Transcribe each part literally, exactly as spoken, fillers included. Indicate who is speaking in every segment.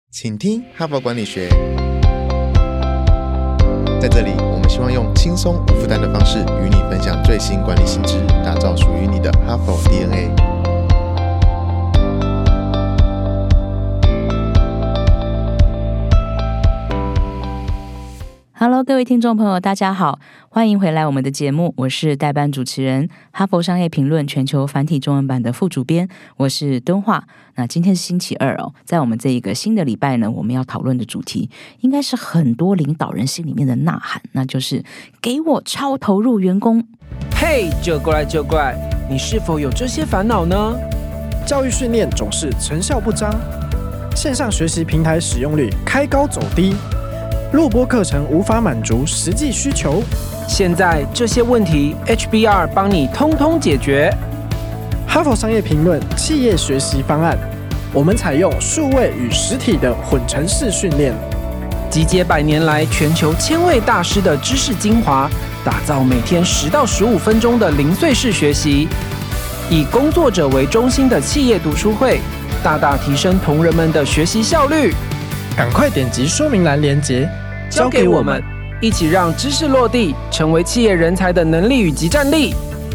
Speaker 1: 请听哈佛管理学。在这里，我们希望用轻松无负担的方式与你分享最新管理新知，打造属于你的哈佛 D N A。Hello，
Speaker 2: 各位听众朋友，大家好，欢迎回来我们的节目，我是代班主持人，哈佛商业评论全球繁体中文版的副主编，我是敦化。那今天是星期二哦，在我们这一个新的礼拜呢，我们要讨论的主题，应该是很多领导人心里面的呐喊，那就是给我超投入员工。
Speaker 3: 嘿，就过来就过来，你是否有这些烦恼呢？
Speaker 4: 教育训练总是成效不彰，线上学习平台使用率开高走低，录播课程无法满足实际需求，
Speaker 3: 现在这些问题 H B R 帮你通通解决。
Speaker 4: 哈佛商业评论企业学习方案，我们采用数位与实体的混成式训练，
Speaker 3: 集结百年来全球千位大师的知识精华，打造每天十到十五分钟的零碎式学习，以工作者为中心的企业读书会，大大提升同仁们的学习效率。
Speaker 4: 赶快点击说明栏连结，
Speaker 3: 交给我们，一起让知识落地，成为企业人才的能力与即战力。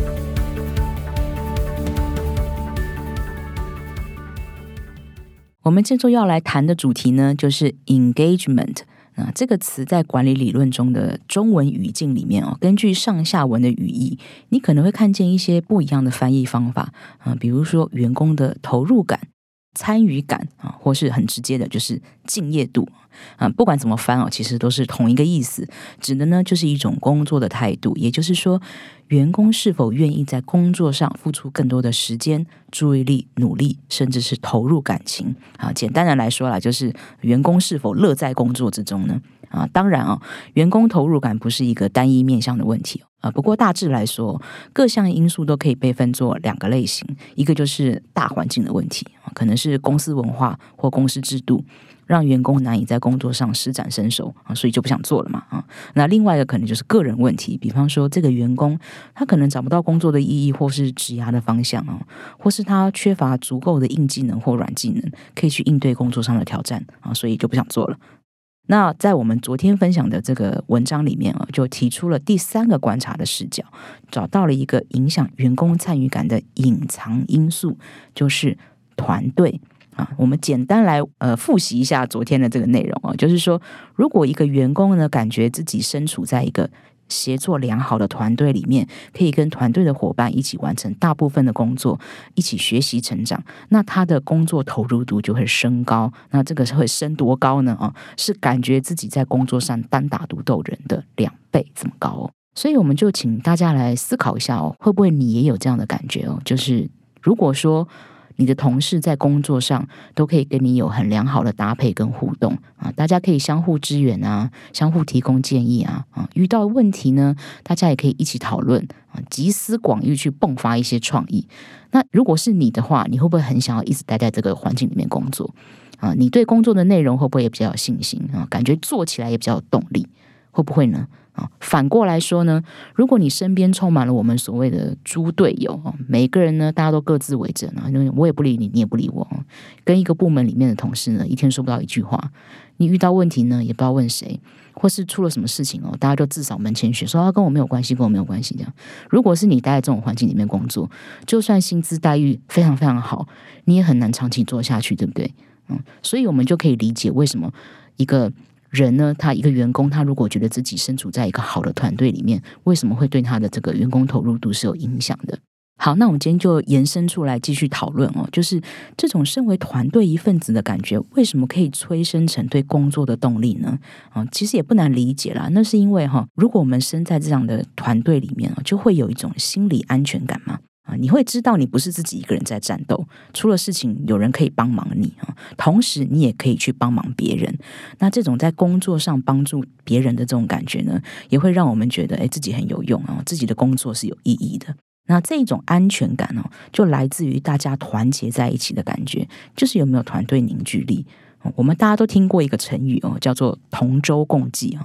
Speaker 2: 我们这周要来谈的主题呢，就是 engagement。啊，这个词在管理理论中的中文语境里面哦，根据上下文的语义，你可能会看见一些不一样的翻译方法啊，比如说员工的投入感、参与感啊，或是很直接的，就是敬业度啊。不管怎么翻哦，其实都是同一个意思，指的呢就是一种工作的态度，也就是说，员工是否愿意在工作上付出更多的时间、注意力、努力，甚至是投入感情啊。简单的来说啦，就是员工是否乐在工作之中呢？啊，当然啊，员工投入感不是一个单一面向的问题啊。不过大致来说，各项因素都可以被分作两个类型，一个就是大环境的问题，可能是公司文化或公司制度，让员工难以在工作上施展身手啊，所以就不想做了嘛啊。那另外一个可能就是个人问题，比方说这个员工他可能找不到工作的意义，或是职涯的方向啊，或是他缺乏足够的硬技能或软技能，可以去应对工作上的挑战啊，所以就不想做了。那在我们昨天分享的这个文章里面啊，就提出了第三个观察的视角，找到了一个影响员工参与感的隐藏因素，就是团队。啊，我们简单来呃复习一下昨天的这个内容啊，就是说，如果一个员工呢感觉自己身处在一个协作良好的团队里面，可以跟团队的伙伴一起完成大部分的工作，一起学习成长，那他的工作投入度就会升高。那这个会升多高呢？啊，是感觉自己在工作上单打独斗人的两倍这么高哦。所以我们就请大家来思考一下哦，会不会你也有这样的感觉哦？就是如果说你的同事在工作上都可以跟你有很良好的搭配跟互动啊，大家可以相互支援啊，相互提供建议啊，啊，遇到问题呢，大家也可以一起讨论啊，集思广益去迸发一些创意。那如果是你的话，你会不会很想要一直待在这个环境里面工作啊？你对工作的内容会不会也比较有信心啊？感觉做起来也比较有动力，会不会呢？啊，反过来说呢，如果你身边充满了我们所谓的猪队友，每个人呢，大家都各自为政啊，我也不理你，你也不理我，跟一个部门里面的同事呢，一天说不到一句话，你遇到问题呢，也不知道问谁，或是出了什么事情哦，大家就自扫门前雪，说啊，跟我没有关系，跟我没有关系这样。如果是你待在这种环境里面工作，就算薪资待遇非常非常好，你也很难长期做下去，对不对？嗯，所以我们就可以理解为什么一个人呢，他一个员工，他如果觉得自己身处在一个好的团队里面，为什么会对他的这个员工投入度是有影响的？好，那我们今天就延伸出来继续讨论哦，就是这种身为团队一份子的感觉，为什么可以催生成对工作的动力呢？啊，其实也不难理解啦，那是因为哈，如果我们身在这样的团队里面，就会有一种心理安全感嘛。啊，你会知道你不是自己一个人在战斗，出了事情有人可以帮忙你啊，同时你也可以去帮忙别人。那这种在工作上帮助别人的这种感觉呢，也会让我们觉得，哎，自己很有用啊，自己的工作是有意义的。那这种安全感哦，就来自于大家团结在一起的感觉，就是有没有团队凝聚力。我们大家都听过一个成语哦，叫做同舟共济啊。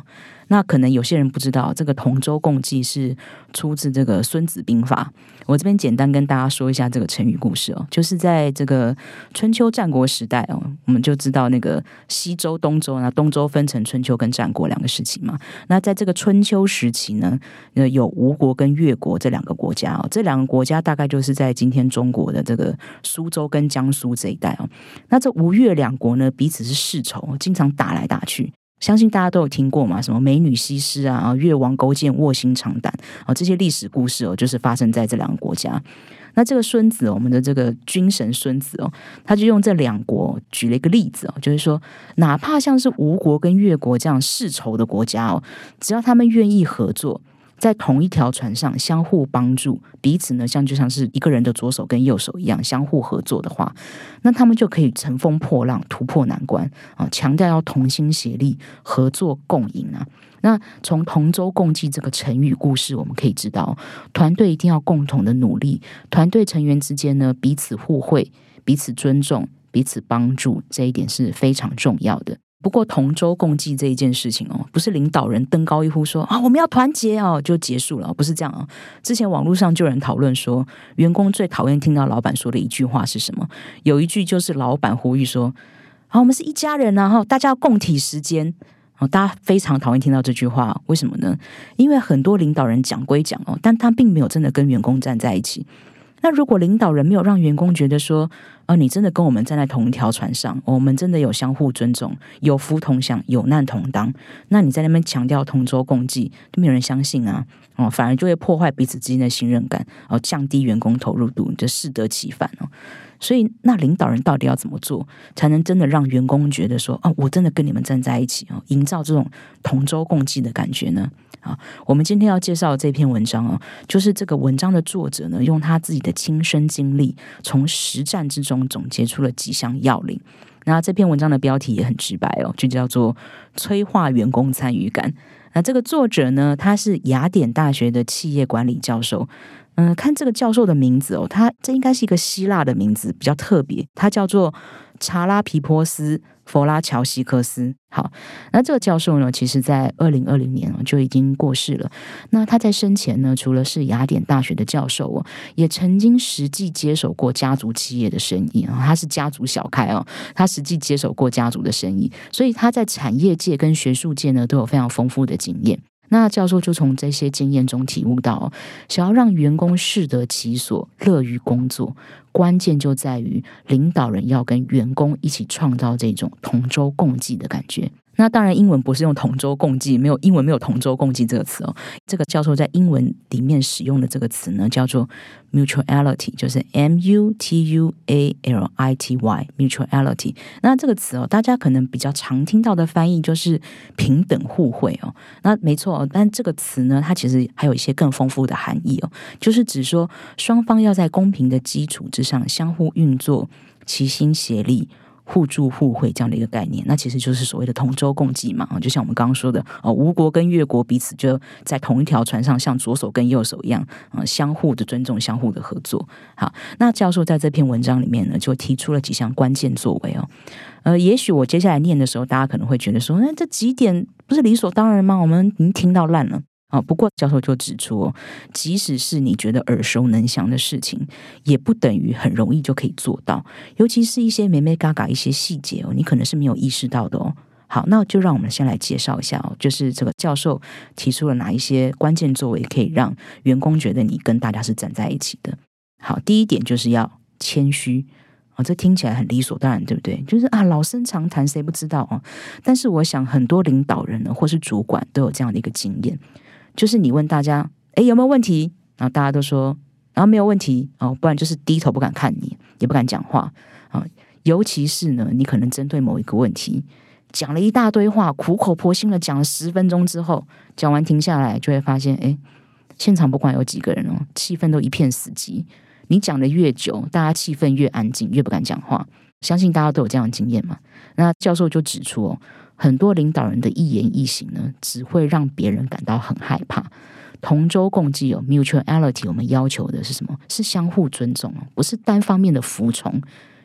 Speaker 2: 那可能有些人不知道，这个同舟共济是出自这个《孙子兵法》。我这边简单跟大家说一下这个成语故事哦，就是在这个春秋战国时代哦，我们就知道那个西周、东周，那东周分成春秋跟战国两个时期嘛。那在这个春秋时期呢，有吴国跟越国这两个国家哦，这两个国家大概就是在今天中国的这个苏州跟江苏这一带哦。那这吴越两国呢，彼此是世仇，经常打来打去。相信大家都有听过嘛，什么美女西施啊，越王勾践卧薪尝胆哦，这些历史故事哦，就是发生在这两个国家。那这个孙子、哦，我们的这个军神孙子哦，他就用这两国举了一个例子哦，就是说，哪怕像是吴国跟越国这样世仇的国家哦，只要他们愿意合作，在同一条船上相互帮助，彼此呢像就像是一个人的左手跟右手一样相互合作的话，那他们就可以乘风破浪，突破难关啊！强调要同心协力、合作共赢啊！那从同舟共济这个成语故事，我们可以知道，团队一定要共同的努力，团队成员之间呢彼此互惠、彼此尊重、彼此帮助，这一点是非常重要的。不过同舟共济这一件事情哦，不是领导人登高一呼说啊我们要团结哦就结束了，不是这样哦。之前网络上就有人讨论说，员工最讨厌听到老板说的一句话是什么？有一句就是老板呼吁说，啊我们是一家人啊，大家要共体时艰。大家非常讨厌听到这句话，为什么呢？因为很多领导人讲归讲哦，但他并没有真的跟员工站在一起。那如果领导人没有让员工觉得说，呃，你真的跟我们站在同一条船上，我们真的有相互尊重，有福同享，有难同当，那你在那边强调同舟共济，就没有人相信啊，哦，反而就会破坏彼此之间的信任感，哦，降低员工投入度，就适得其反哦。所以，那领导人到底要怎么做，才能真的让员工觉得说，哦，我真的跟你们站在一起哦，营造这种同舟共济的感觉呢？啊，我们今天要介绍的这篇文章哦，就是这个文章的作者呢，用他自己的亲身经历，从实战之中总结出了几项要领。那这篇文章的标题也很直白哦，就叫做催化员工参与感。那这个作者呢，他是雅典大学的企业管理教授。嗯、呃，看这个教授的名字哦，他这应该是一个希腊的名字，比较特别，他叫做查拉皮波斯佛拉乔西克斯。好，那这个教授呢，其实在二零二零年就已经过世了。那他在生前呢，除了是雅典大学的教授哦，也曾经实际接手过家族企业的生意啊，他是家族小开哦，他实际接手过家族的生意，所以他在产业界跟学术界呢都有非常丰富的经验。那教授就从这些经验中体悟到，想要让员工适得其所、乐于工作，关键就在于领导人要跟员工一起创造这种同舟共济的感觉。那当然英文不是用同舟共济，没有英文没有同舟共济这个词哦。这个教授在英文里面使用的这个词呢，叫做 mutuality， 就是 M U T U A L I T Y mutuality。那这个词哦，大家可能比较常听到的翻译就是平等互惠哦。那没错，但这个词呢，它其实还有一些更丰富的含义哦，就是指说双方要在公平的基础之上相互运作，齐心协力。互助互惠这样的一个概念，那其实就是所谓的同舟共济嘛。就像我们刚刚说的，哦，吴国跟越国彼此就在同一条船上，像左手跟右手一样，呃、相互的尊重，相互的合作。好，那教授在这篇文章里面呢，就提出了几项关键作为哦。呃，也许我接下来念的时候，大家可能会觉得说，那这几点不是理所当然吗？我们已经听到烂了。哦，不过教授就指出哦，即使是你觉得耳熟能详的事情，也不等于很容易就可以做到，尤其是一些眉眉嘎嘎一些细节哦，你可能是没有意识到的哦。好，那就让我们先来介绍一下哦，就是这个教授提出了哪一些关键作为，可以让员工觉得你跟大家是站在一起的。好，第一点就是要谦虚。哦，这听起来很理所当然，对不对？就是啊，老生常谈，谁不知道哦？但是我想，很多领导人呢，或是主管都有这样的一个经验。就是你问大家，哎，有没有问题？然后大家都说，然后没有问题哦，不然就是低头不敢看你，也不敢讲话啊。尤其是呢，你可能针对某一个问题讲了一大堆话，苦口婆心的讲了十分钟之后，讲完停下来，就会发现，哎，现场不管有几个人哦，气氛都一片死寂。你讲的越久，大家气氛越安静，越不敢讲话。相信大家都有这样的经验嘛？那教授就指出哦。很多领导人的一言一行呢，只会让别人感到很害怕。同舟共济有 mutuality， 我们要求的是什么？是相互尊重，不是单方面的服从。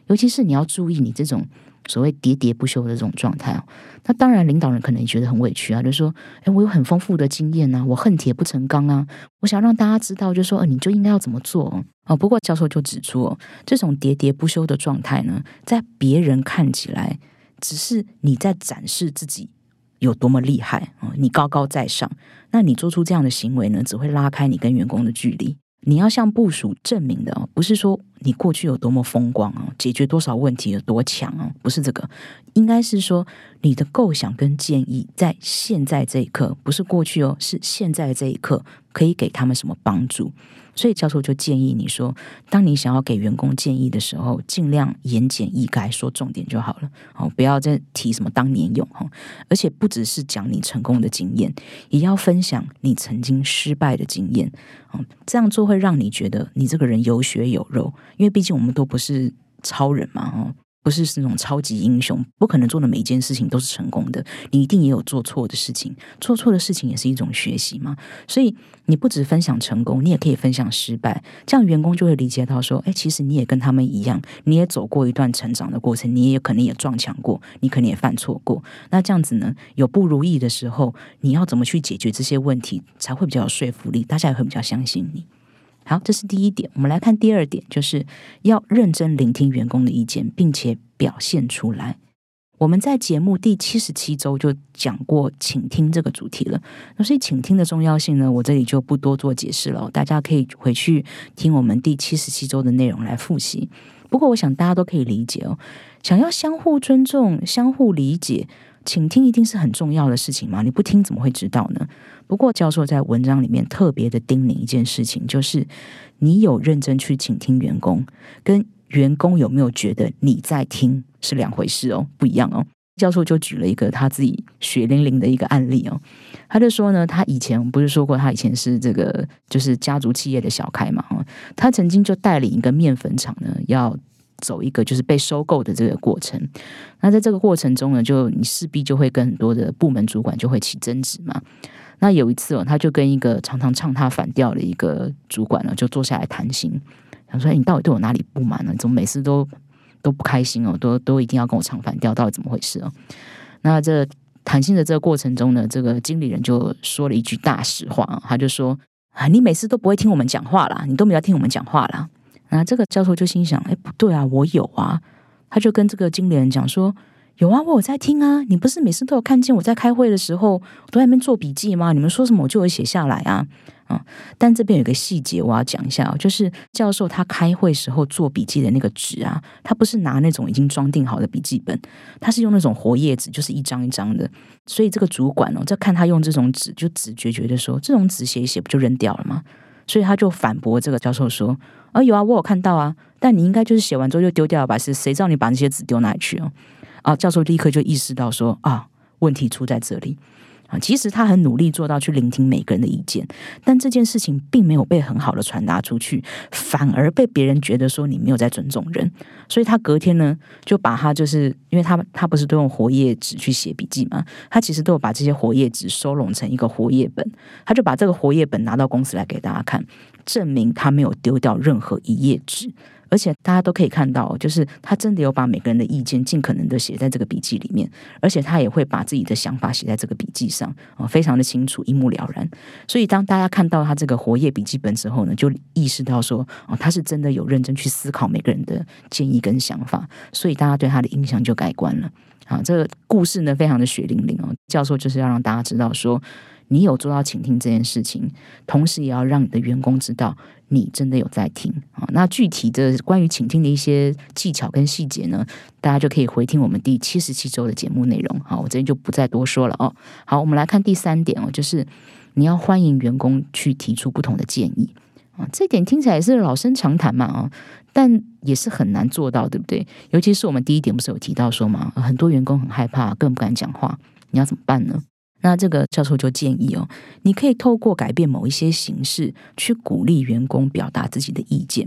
Speaker 2: 尤其是你要注意你这种所谓喋喋不休的这种状态哦。那当然领导人可能也觉得很委屈啊，就说诶我有很丰富的经验啊，我恨铁不成钢啊，我想让大家知道就说、呃、你就应该要怎么做哦。哦不过教授就指出哦，这种喋喋不休的状态呢，在别人看起来只是你在展示自己有多么厉害、哦、你高高在上，那你做出这样的行为呢，只会拉开你跟员工的距离。你要向部属证明的哦，不是说你过去有多么风光哦，解决多少问题有多强哦，不是这个，应该是说你的构想跟建议在现在这一刻，不是过去哦，是现在这一刻可以给他们什么帮助。所以教授就建议你说，当你想要给员工建议的时候，尽量言简意赅，说重点就好了、哦、不要再提什么当年勇、哦、而且不只是讲你成功的经验，也要分享你曾经失败的经验、哦、这样做会让你觉得你这个人有血有肉，因为毕竟我们都不是超人嘛、哦不是那种超级英雄，不可能做的每一件事情都是成功的，你一定也有做错的事情，做错的事情也是一种学习嘛。所以你不只分享成功，你也可以分享失败，这样员工就会理解到说，哎，其实你也跟他们一样，你也走过一段成长的过程，你也可能也撞墙过，你可能也犯错过。那这样子呢，有不如意的时候，你要怎么去解决这些问题，才会比较有说服力，大家也会比较相信你。好，这是第一点。我们来看第二点，就是要认真聆听员工的意见，并且表现出来。我们在节目第七十七周就讲过倾听这个主题了，那所以倾听的重要性呢，我这里就不多做解释了，大家可以回去听我们第七十七周的内容来复习。不过我想大家都可以理解哦，想要相互尊重、相互理解，倾听一定是很重要的事情嘛，你不听怎么会知道呢？不过教授在文章里面特别的叮咛一件事情，就是你有认真去倾听员工，跟员工有没有觉得你在听是两回事哦，不一样哦。教授就举了一个他自己血淋淋的一个案例哦，他就说呢，他以前不是说过他以前是这个就是家族企业的小开嘛，他曾经就带领一个面粉厂呢要走一个就是被收购的这个过程。那在这个过程中呢，就你势必就会跟很多的部门主管就会起争执嘛。那有一次哦，他就跟一个常常唱他反调的一个主管呢，就坐下来谈心，想说：“你到底对我哪里不满呢？你怎么每次都都不开心哦？都都一定要跟我唱反调，到底怎么回事哦？”那这谈心的这个过程中呢，这个经理人就说了一句大实话，他就说：“啊，你每次都不会听我们讲话啦，你都没有听我们讲话啦。”那这个教授就心想：“哎，不对啊，我有啊。”他就跟这个经理人讲说：“有啊，我有在听啊，你不是每次都有看见我在开会的时候我都在那边做笔记吗？你们说什么我就有写下来啊。嗯”但这边有一个细节我要讲一下，就是教授他开会时候做笔记的那个纸啊，他不是拿那种已经装订好的笔记本，他是用那种活页纸，就是一张一张的。所以这个主管哦，在看他用这种纸，就直觉觉得说，这种纸写一写不就扔掉了吗？所以他就反驳这个教授说：“哦，有啊，我有看到啊，但你应该就是写完之后就丢掉了吧？是谁知道你把那些纸丢哪里去哦？”啊，教授立刻就意识到说：“啊，问题出在这里。”啊，其实他很努力做到去聆听每个人的意见，但这件事情并没有被很好的传达出去，反而被别人觉得说你没有在尊重人。所以他隔天呢，就把他就是因为他他不是都用活页纸去写笔记嘛，他其实都有把这些活页纸收拢成一个活页本，他就把这个活页本拿到公司来给大家看，证明他没有丢掉任何一页纸。而且大家都可以看到，就是他真的有把每个人的意见尽可能的写在这个笔记里面，而且他也会把自己的想法写在这个笔记上，哦，非常的清楚，一目了然。所以当大家看到他这个活页笔记本之后呢，就意识到说，哦，他是真的有认真去思考每个人的建议跟想法，所以大家对他的印象就改观了。啊，这个故事呢非常的血淋淋哦。教授就是要让大家知道说，你有做到倾听这件事情，同时也要让你的员工知道你真的有在听啊。那具体的关于倾听的一些技巧跟细节呢，大家就可以回听我们第七十七周的节目内容。好，我这边就不再多说了哦。好，我们来看第三点哦，就是你要欢迎员工去提出不同的建议啊。这点听起来是老生常谈嘛啊，但也是很难做到，对不对？尤其是我们第一点不是有提到说嘛，很多员工很害怕，更不敢讲话，你要怎么办呢？那这个教授就建议哦，你可以透过改变某一些形式去鼓励员工表达自己的意见，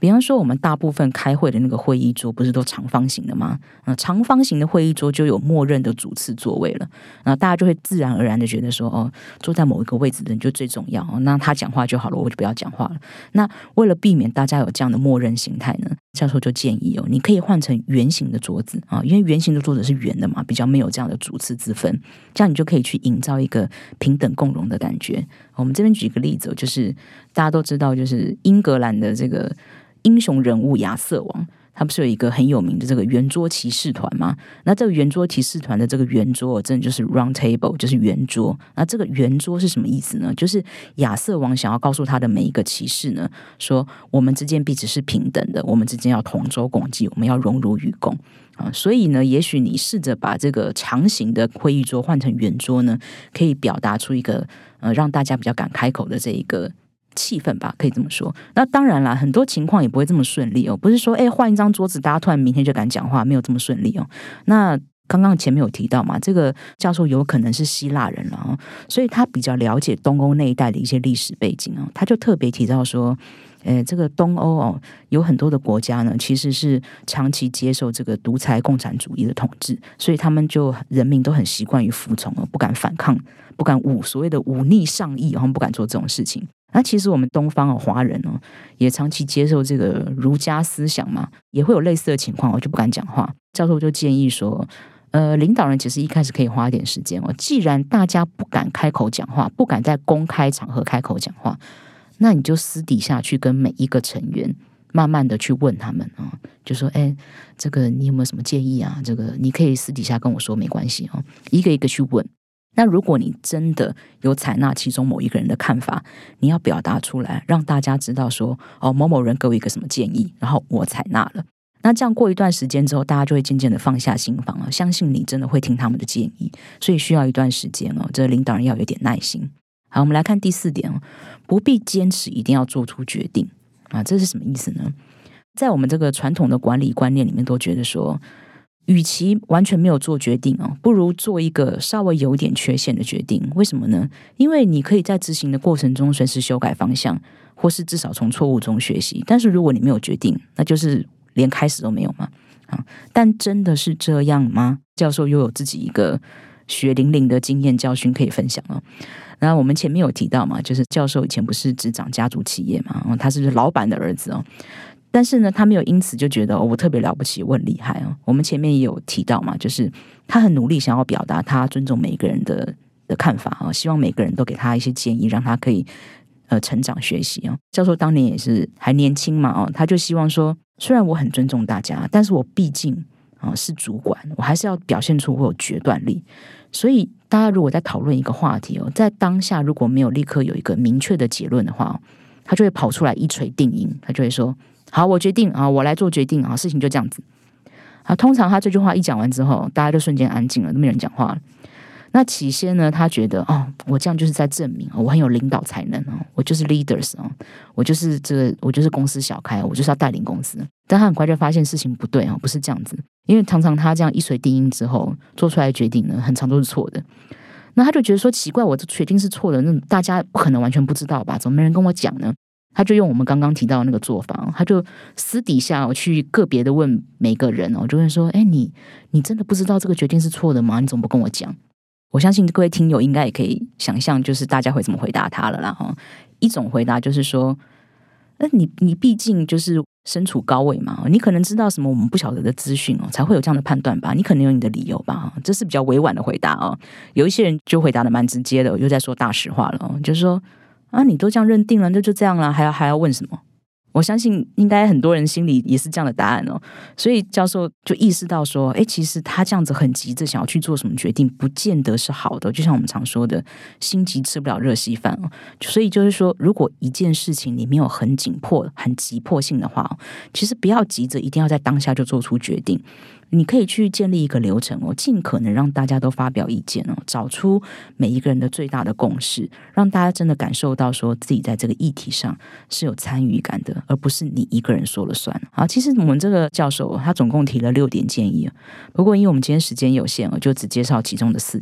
Speaker 2: 比方说我们大部分开会的那个会议桌不是都长方形的吗？呃、长方形的会议桌就有默认的主次座位了，然后大家就会自然而然的觉得说，哦，坐在某一个位置的人就最重要，哦，那他讲话就好了，我就不要讲话了。那为了避免大家有这样的默认形态呢，教授就建议哦，你可以换成圆形的桌子啊，因为圆形的桌子是圆的嘛，比较没有这样的主次之分，这样你就可以去营造一个平等共融的感觉。我们这边举个例子，就是大家都知道，就是英格兰的这个英雄人物亚瑟王，他不是有一个很有名的这个圆桌骑士团吗？那这个圆桌骑士团的这个圆桌真的就是 round table， 就是圆桌。那这个圆桌是什么意思呢？就是亚瑟王想要告诉他的每一个骑士呢，说我们之间彼此是平等的，我们之间要同舟共济，我们要荣辱与共啊。所以呢，也许你试着把这个长形的会议桌换成圆桌呢，可以表达出一个呃让大家比较敢开口的这一个气氛吧，可以这么说。那当然啦，很多情况也不会这么顺利哦，不是说哎换一张桌子，大家突然明天就敢讲话，没有这么顺利哦。那刚刚前面有提到嘛，这个教授有可能是希腊人了哦，所以他比较了解东欧那一带的一些历史背景哦，他就特别提到说，呃，这个东欧哦，有很多的国家呢，其实是长期接受这个独裁共产主义的统治，所以他们就人民都很习惯于服从哦，不敢反抗，不敢忤所谓的忤逆上意，然后不敢做这种事情。那其实我们东方的华人哦，也长期接受这个儒家思想嘛，也会有类似的情况，我就不敢讲话。教授就建议说，呃，领导人其实一开始可以花一点时间哦，既然大家不敢开口讲话，不敢在公开场合开口讲话，那你就私底下去跟每一个成员慢慢的去问他们啊，就说，哎，这个你有没有什么建议啊？这个你可以私底下跟我说，没关系哦，一个一个去问。那如果你真的有采纳其中某一个人的看法，你要表达出来，让大家知道说，哦，某某人给我一个什么建议，然后我采纳了。那这样过一段时间之后，大家就会渐渐的放下心防了，相信你真的会听他们的建议。所以需要一段时间哦，这领导人要有点耐心。好，我们来看第四点哦，不必坚持一定要做出决定啊，这是什么意思呢？在我们这个传统的管理观念里面，都觉得说，与其完全没有做决定哦，不如做一个稍微有点缺陷的决定。为什么呢？因为你可以在执行的过程中随时修改方向，或是至少从错误中学习。但是如果你没有决定，那就是连开始都没有嘛。啊，但真的是这样吗？教授又有自己一个血淋淋的经验教训可以分享哦。那我们前面有提到嘛，就是教授以前不是执掌家族企业嘛，哦，他是老板的儿子哦。但是呢，他没有因此就觉得，哦，我特别了不起，我很厉害哦。我们前面也有提到嘛，就是他很努力想要表达他尊重每一个人的的看法啊，希望每个人都给他一些建议，让他可以呃成长学习啊。教授当年也是还年轻嘛哦，他就希望说，虽然我很尊重大家，但是我毕竟啊是主管，我还是要表现出我有决断力。所以大家如果在讨论一个话题哦，在当下如果没有立刻有一个明确的结论的话，他就会跑出来一锤定音，他就会说，好，我决定啊，我来做决定啊，事情就这样子啊。通常他这句话一讲完之后，大家就瞬间安静了，都没人讲话了。那起先呢，他觉得哦，我这样就是在证明，哦，我很有领导才能哦，我就是 leaders 哦，我就是这个，我就是公司小开，我就是要带领公司。但他很快就发现事情不对哦，不是这样子，因为常常他这样一锤定音之后做出来的决定呢，很常都是错的。那他就觉得说奇怪，我这决定是错的，那大家不可能完全不知道吧？怎么没人跟我讲呢？他就用我们刚刚提到的那个做法，他就私底下我去个别的问每个人哦，就会说，哎，你你真的不知道这个决定是错的吗？你怎么不跟我讲？我相信各位听友应该也可以想象，就是大家会怎么回答他了啦。哈，一种回答就是说，那你你毕竟就是身处高位嘛，你可能知道什么我们不晓得的资讯哦，才会有这样的判断吧？你可能有你的理由吧？这是比较委婉的回答哦。有一些人就回答的蛮直接的，又在说大实话了哦，就是说啊，你都这样认定了，那就这样了，还要还要问什么？我相信应该很多人心里也是这样的答案哦，所以教授就意识到说，哎，其实他这样子很急着想要去做什么决定，不见得是好的。就像我们常说的，心急吃不了热稀饭哦。所以就是说，如果一件事情你没有很紧迫、很急迫性的话，其实不要急着一定要在当下就做出决定。你可以去建立一个流程哦，尽可能让大家都发表意见哦，找出每一个人的最大的共识，让大家真的感受到说自己在这个议题上是有参与感的，而不是你一个人说了算。好，其实我们这个教授他总共提了六点建议，不过因为我们今天时间有限，我就只介绍其中的四点。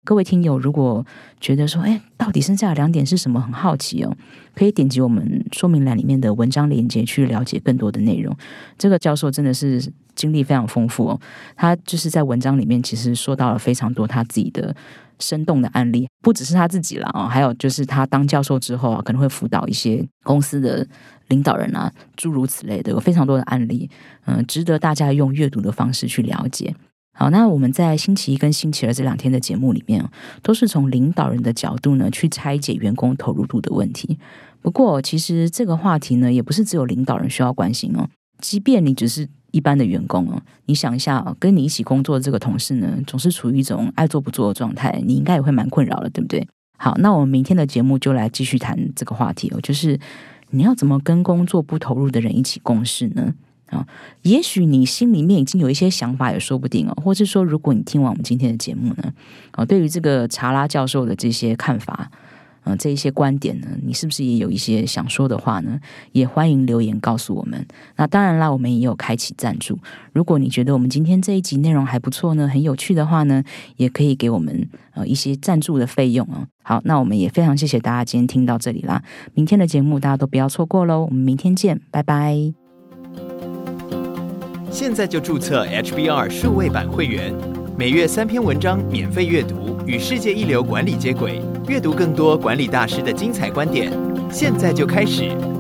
Speaker 2: 各位听友如果觉得说，哎，到底剩下的两点是什么，很好奇哦，可以点击我们说明栏里面的文章连结去了解更多的内容。这个教授真的是经历非常丰富哦，他就是在文章里面其实说到了非常多他自己的生动的案例，不只是他自己啦、哦、还有就是他当教授之后啊，可能会辅导一些公司的领导人啊，诸如此类的，有非常多的案例，嗯、呃，值得大家用阅读的方式去了解。好，那我们在星期一跟星期二这两天的节目里面，都是从领导人的角度呢去拆解员工投入度的问题。不过，其实这个话题呢，也不是只有领导人需要关心哦。即便你只是一般的员工哦，你想一下、哦，跟你一起工作的这个同事呢，总是处于一种爱做不做的状态，你应该也会蛮困扰的，对不对？好，那我们明天的节目就来继续谈这个话题哦，就是你要怎么跟工作不投入的人一起共事呢？啊、哦，也许你心里面已经有一些想法，也说不定哦。或是说，如果你听完我们今天的节目呢，啊、哦，对于这个查拉教授的这些看法，嗯、呃，这一些观点呢，你是不是也有一些想说的话呢？也欢迎留言告诉我们。那当然啦，我们也有开启赞助。如果你觉得我们今天这一集内容还不错呢，很有趣的话呢，也可以给我们呃一些赞助的费用哦。好，那我们也非常谢谢大家今天听到这里啦。明天的节目大家都不要错过喽，我们明天见，拜拜。
Speaker 5: 现在就注册 H B R 数位版会员，每月三篇文章免费阅读，与世界一流管理接轨，阅读更多管理大师的精彩观点。现在就开始。